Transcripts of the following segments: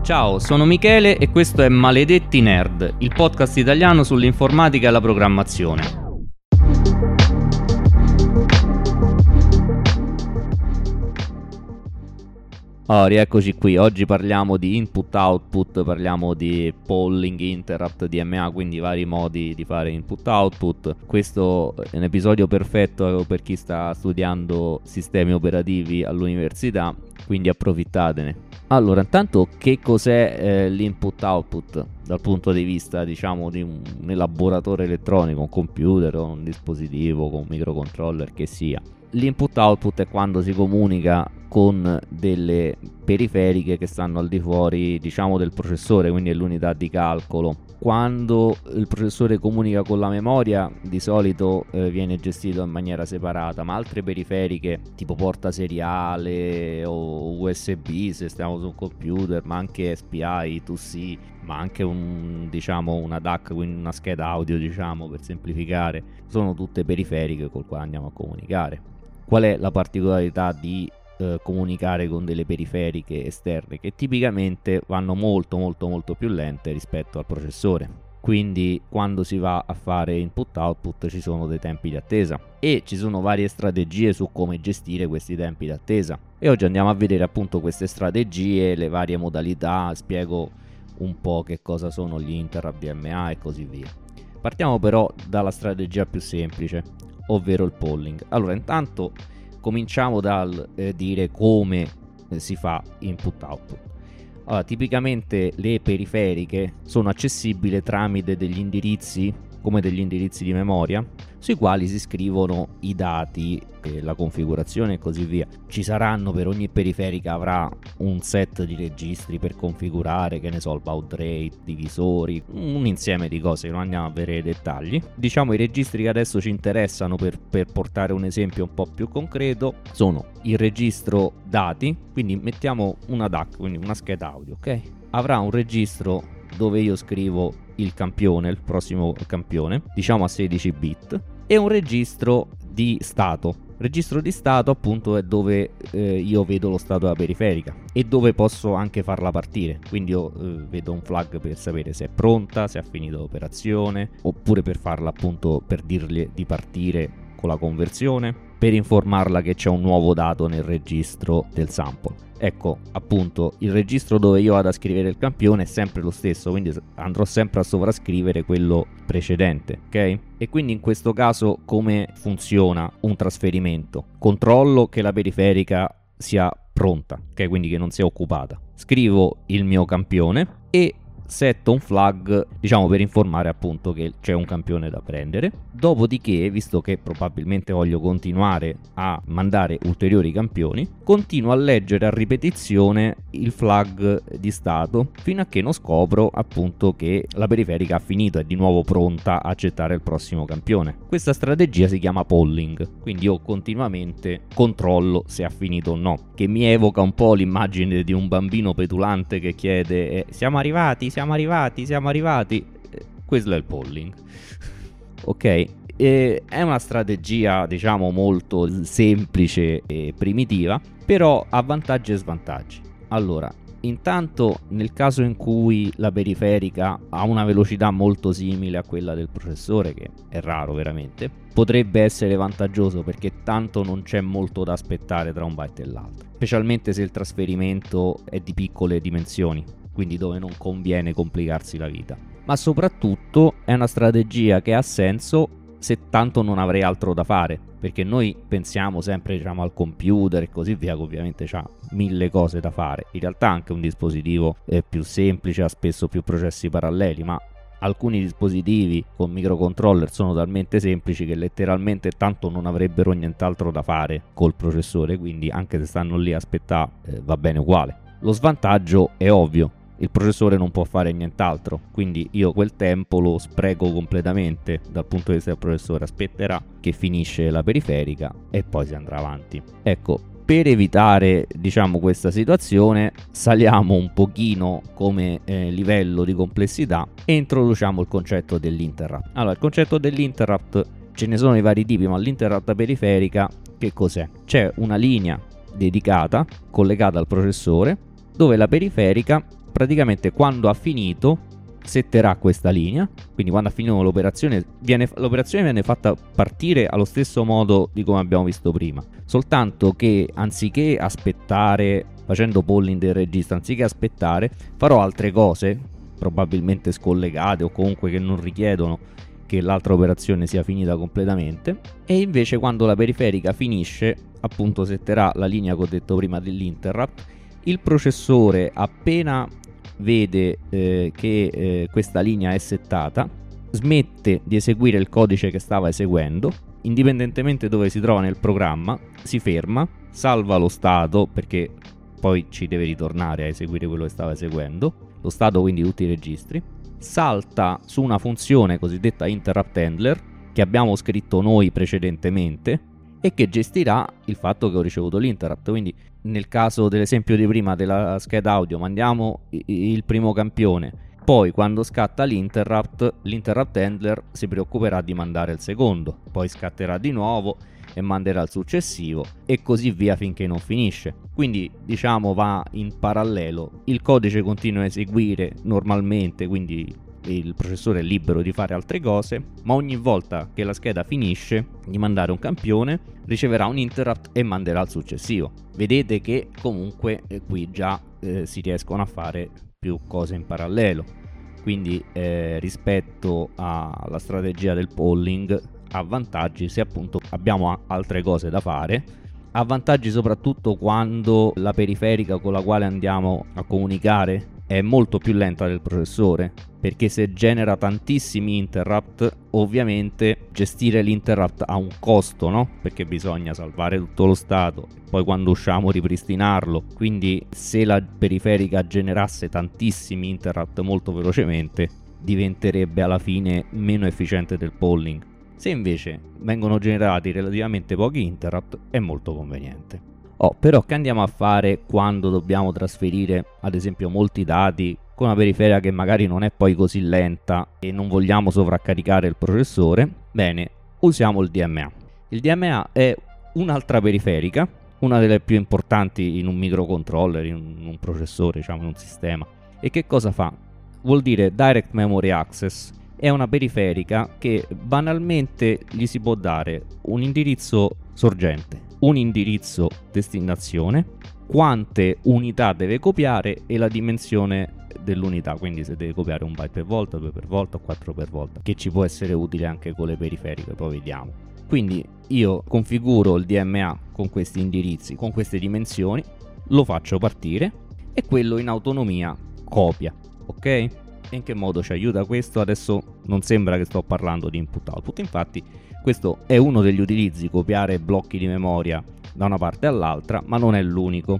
Ciao, sono Michele e questo è Maledetti Nerd, il podcast italiano sull'informatica e la programmazione. Rieccoci qui, oggi parliamo di input-output, parliamo di polling, interrupt, DMA, quindi vari modi di fare input-output. Questo è un episodio perfetto per chi sta studiando sistemi operativi all'università, quindi approfittatene. Allora, intanto che cos'è l'input-output dal punto di vista, diciamo, di un elaboratore elettronico, un computer o un dispositivo con un microcontroller che sia? L'input-output è quando si comunica con delle periferiche che stanno al di fuori, diciamo, del processore, quindi è l'unità di calcolo. Quando il processore comunica con la memoria, di solito viene gestito in maniera separata, ma altre periferiche tipo porta seriale o USB se stiamo su un computer, ma anche SPI, 2C, ma anche una DAC, quindi una scheda audio, diciamo, per semplificare, sono tutte periferiche col quale andiamo a comunicare. Qual è la particolarità di comunicare con delle periferiche esterne? Che tipicamente vanno molto più lente rispetto al processore, quindi quando si va a fare input output ci sono dei tempi di attesa e ci sono varie strategie su come gestire questi tempi di attesa, e oggi andiamo a vedere appunto queste strategie, le varie modalità, spiego un po' che cosa sono gli interrupt DMA e così via. Partiamo però dalla strategia più semplice, ovvero il polling. Allora, intanto cominciamo dal dire come si fa input output. Allora, tipicamente le periferiche sono accessibili tramite degli indirizzi, come degli indirizzi di memoria, sui quali si scrivono i dati, la configurazione e così via. Ci saranno, per ogni periferica avrà un set di registri per configurare, che ne so, il baud rate, divisori, un insieme di cose che non andiamo a vedere i dettagli. Diciamo, i registri che adesso ci interessano, per portare un esempio un po' più concreto, sono il registro dati, quindi mettiamo una DAC, quindi una scheda audio, ok? Avrà un registro dove io scrivo il campione, il prossimo campione, diciamo a 16 bit, e un registro di stato. Registro di stato appunto è dove io vedo lo stato della periferica e dove posso anche farla partire, quindi io vedo un flag per sapere se è pronta, se ha finito l'operazione, oppure per farla appunto, per dirgli di partire con la conversione, per informarla che c'è un nuovo dato nel registro del sample. Ecco, appunto, il registro dove io vado a scrivere il campione è sempre lo stesso, quindi andrò sempre a sovrascrivere quello precedente, ok? E quindi in questo caso come funziona un trasferimento? Controllo che la periferica sia pronta, ok? Quindi che non sia occupata. Scrivo il mio campione e setto un flag, diciamo, per informare appunto che c'è un campione da prendere. Dopodiché, visto che probabilmente voglio continuare a mandare ulteriori campioni, continuo a leggere a ripetizione il flag di stato fino a che non scopro appunto che la periferica ha finito, è di nuovo pronta a accettare il prossimo campione. Questa strategia si chiama polling, quindi io continuamente controllo se ha finito o no, che mi evoca un po' l'immagine di un bambino petulante che chiede siamo arrivati? Questo è il polling. Ok, è una strategia, diciamo, molto semplice e primitiva, però ha vantaggi e svantaggi. Allora, intanto, nel caso in cui la periferica ha una velocità molto simile a quella del processore, che è raro veramente, potrebbe essere vantaggioso perché tanto non c'è molto da aspettare tra un byte e l'altro, specialmente se il trasferimento è di piccole dimensioni, quindi dove non conviene complicarsi la vita. Ma soprattutto è una strategia che ha senso se tanto non avrei altro da fare, perché noi pensiamo sempre, diciamo, al computer e così via, che ovviamente ha 1000 cose da fare. In realtà anche un dispositivo è più semplice, ha spesso più processi paralleli, ma alcuni dispositivi con microcontroller sono talmente semplici che letteralmente tanto non avrebbero nient'altro da fare col processore, quindi anche se stanno lì a aspettare va bene uguale. Lo svantaggio è ovvio: il processore non può fare nient'altro, quindi io quel tempo lo spreco completamente dal punto di vista del processore, aspetterà che finisce la periferica e poi si andrà avanti. Ecco, per evitare, diciamo, questa situazione, saliamo un pochino come livello di complessità e introduciamo il concetto dell'interrupt. Allora, il concetto dell'interrupt, ce ne sono i vari tipi, ma l'interrupt periferica che cos'è? C'è una linea dedicata, collegata al processore, dove la periferica praticamente quando ha finito setterà questa linea, quindi quando ha finito l'operazione viene fatta partire allo stesso modo di come abbiamo visto prima, soltanto che anziché aspettare facendo polling del registro, anziché aspettare farò altre cose probabilmente scollegate o comunque che non richiedono che l'altra operazione sia finita completamente, e invece quando la periferica finisce appunto setterà la linea che ho detto prima dell'interrupt. Il processore appena vede che questa linea è settata smette di eseguire il codice che stava eseguendo, indipendentemente dove si trova nel programma, si ferma, salva lo stato perché poi ci deve ritornare a eseguire quello che stava eseguendo, lo stato quindi tutti i registri, salta su una funzione cosiddetta interrupt handler che abbiamo scritto noi precedentemente e che gestirà il fatto che ho ricevuto l'interrupt. Quindi nel caso dell'esempio di prima della scheda audio mandiamo il primo campione, poi quando scatta l'interrupt handler si preoccuperà di mandare il secondo, poi scatterà di nuovo e manderà il successivo e così via finché non finisce. Quindi diciamo va in parallelo, il codice continua a eseguire normalmente, quindi il processore è libero di fare altre cose, ma ogni volta che la scheda finisce di mandare un campione riceverà un interrupt e manderà il successivo. Vedete che comunque qui già si riescono a fare più cose in parallelo, quindi rispetto alla strategia del polling ha vantaggi se appunto abbiamo altre cose da fare, ha vantaggi soprattutto quando la periferica con la quale andiamo a comunicare è molto più lenta del processore, perché se genera tantissimi interrupt ovviamente gestire l'interrupt ha un costo, no? Perché bisogna salvare tutto lo stato, poi quando usciamo ripristinarlo, quindi se la periferica generasse tantissimi interrupt molto velocemente diventerebbe alla fine meno efficiente del polling. Se invece vengono generati relativamente pochi interrupt è molto conveniente. Però che andiamo a fare quando dobbiamo trasferire ad esempio molti dati con una periferica che magari non è poi così lenta e non vogliamo sovraccaricare il processore? Bene, usiamo il DMA. Il DMA è un'altra periferica, una delle più importanti in un microcontroller, in un processore, diciamo in un sistema. E che cosa fa? Vuol dire Direct Memory Access. È una periferica che banalmente gli si può dare un indirizzo sorgente, un indirizzo destinazione, quante unità deve copiare e la dimensione dell'unità, quindi se deve copiare un byte per volta, 2 per volta o 4 per volta, che ci può essere utile anche con le periferiche, poi vediamo. Quindi io configuro il DMA con questi indirizzi, con queste dimensioni, lo faccio partire e quello in autonomia copia, ok? E in che modo ci aiuta questo? Adesso non sembra che sto parlando di input output, infatti questo è uno degli utilizzi, copiare blocchi di memoria da una parte all'altra, ma non è l'unico.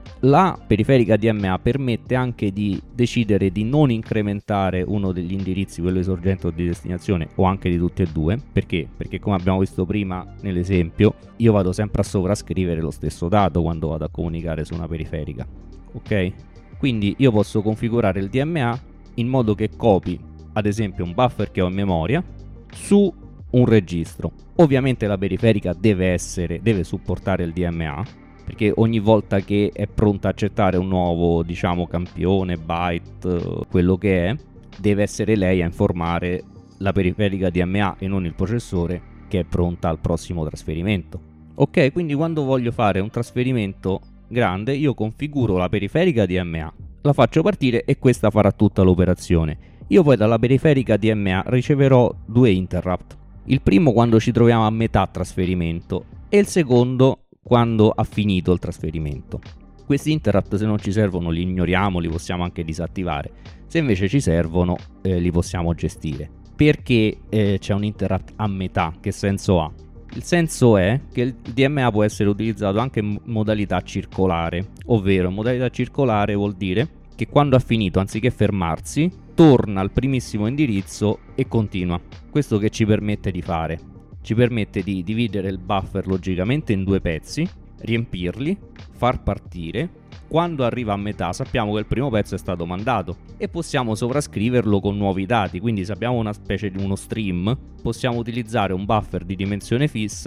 La periferica DMA permette anche di decidere di non incrementare uno degli indirizzi, quello di sorgente o di destinazione, o anche di tutti e due. Perché? Perché come abbiamo visto prima nell'esempio, io vado sempre a sovrascrivere lo stesso dato quando vado a comunicare su una periferica, ok? Quindi io posso configurare il DMA in modo che copi ad esempio un buffer che ho in memoria su un registro. Ovviamente la periferica deve supportare il DMA, perché ogni volta che è pronta a accettare un nuovo, diciamo, campione, byte, quello che è, deve essere lei a informare la periferica DMA e non il processore che è pronta al prossimo trasferimento. Ok, quindi quando voglio fare un trasferimento grande io configuro la periferica DMA, la faccio partire e questa farà tutta l'operazione. Io poi dalla periferica DMA riceverò due interrupt. Il primo quando ci troviamo a metà trasferimento e il secondo quando ha finito il trasferimento. Questi interrupt se non ci servono li ignoriamo, li possiamo anche disattivare. Se invece ci servono li possiamo gestire. Perché c'è un interrupt a metà? Che senso ha? Il senso è che il DMA può essere utilizzato anche in modalità circolare, ovvero in modalità circolare vuol dire che quando ha finito, anziché fermarsi, torna al primissimo indirizzo e continua. Questo che ci permette di fare? Ci permette di dividere il buffer logicamente in due pezzi, riempirli, far partire. Quando arriva a metà sappiamo che il primo pezzo è stato mandato e possiamo sovrascriverlo con nuovi dati. Quindi se abbiamo una specie di uno stream, possiamo utilizzare un buffer di dimensione fissa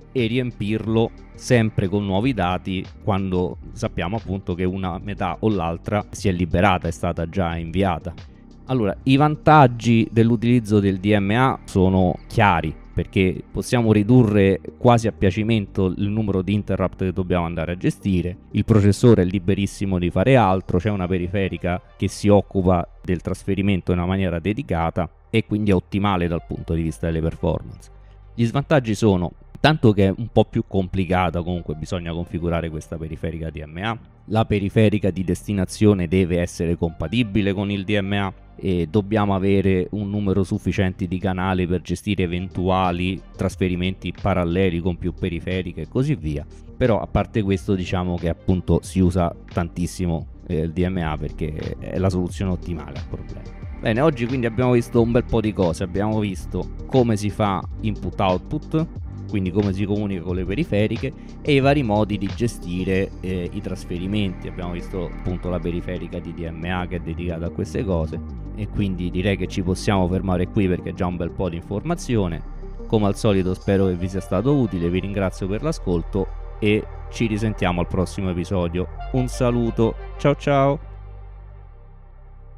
e riempirlo sempre con nuovi dati quando sappiamo appunto che una metà o l'altra si è liberata, è stata già inviata. Allora, i vantaggi dell'utilizzo del DMA sono chiari, perché possiamo ridurre quasi a piacimento il numero di interrupt che dobbiamo andare a gestire, il processore è liberissimo di fare altro, c'è una periferica che si occupa del trasferimento in una maniera dedicata e quindi è ottimale dal punto di vista delle performance. Gli svantaggi sono tanto che è un po' più complicata, comunque bisogna configurare questa periferica DMA, la periferica di destinazione deve essere compatibile con il DMA e dobbiamo avere un numero sufficiente di canali per gestire eventuali trasferimenti paralleli con più periferiche e così via. Però a parte questo, diciamo che appunto si usa tantissimo il DMA perché è la soluzione ottimale al problema. Bene, oggi quindi abbiamo visto un bel po' di cose, abbiamo visto come si fa input-output, quindi come si comunica con le periferiche e i vari modi di gestire i trasferimenti. Abbiamo visto appunto la periferica di DMA che è dedicata a queste cose e quindi direi che ci possiamo fermare qui perché è già un bel po' di informazione. Come al solito spero che vi sia stato utile, vi ringrazio per l'ascolto e ci risentiamo al prossimo episodio. Un saluto, ciao ciao!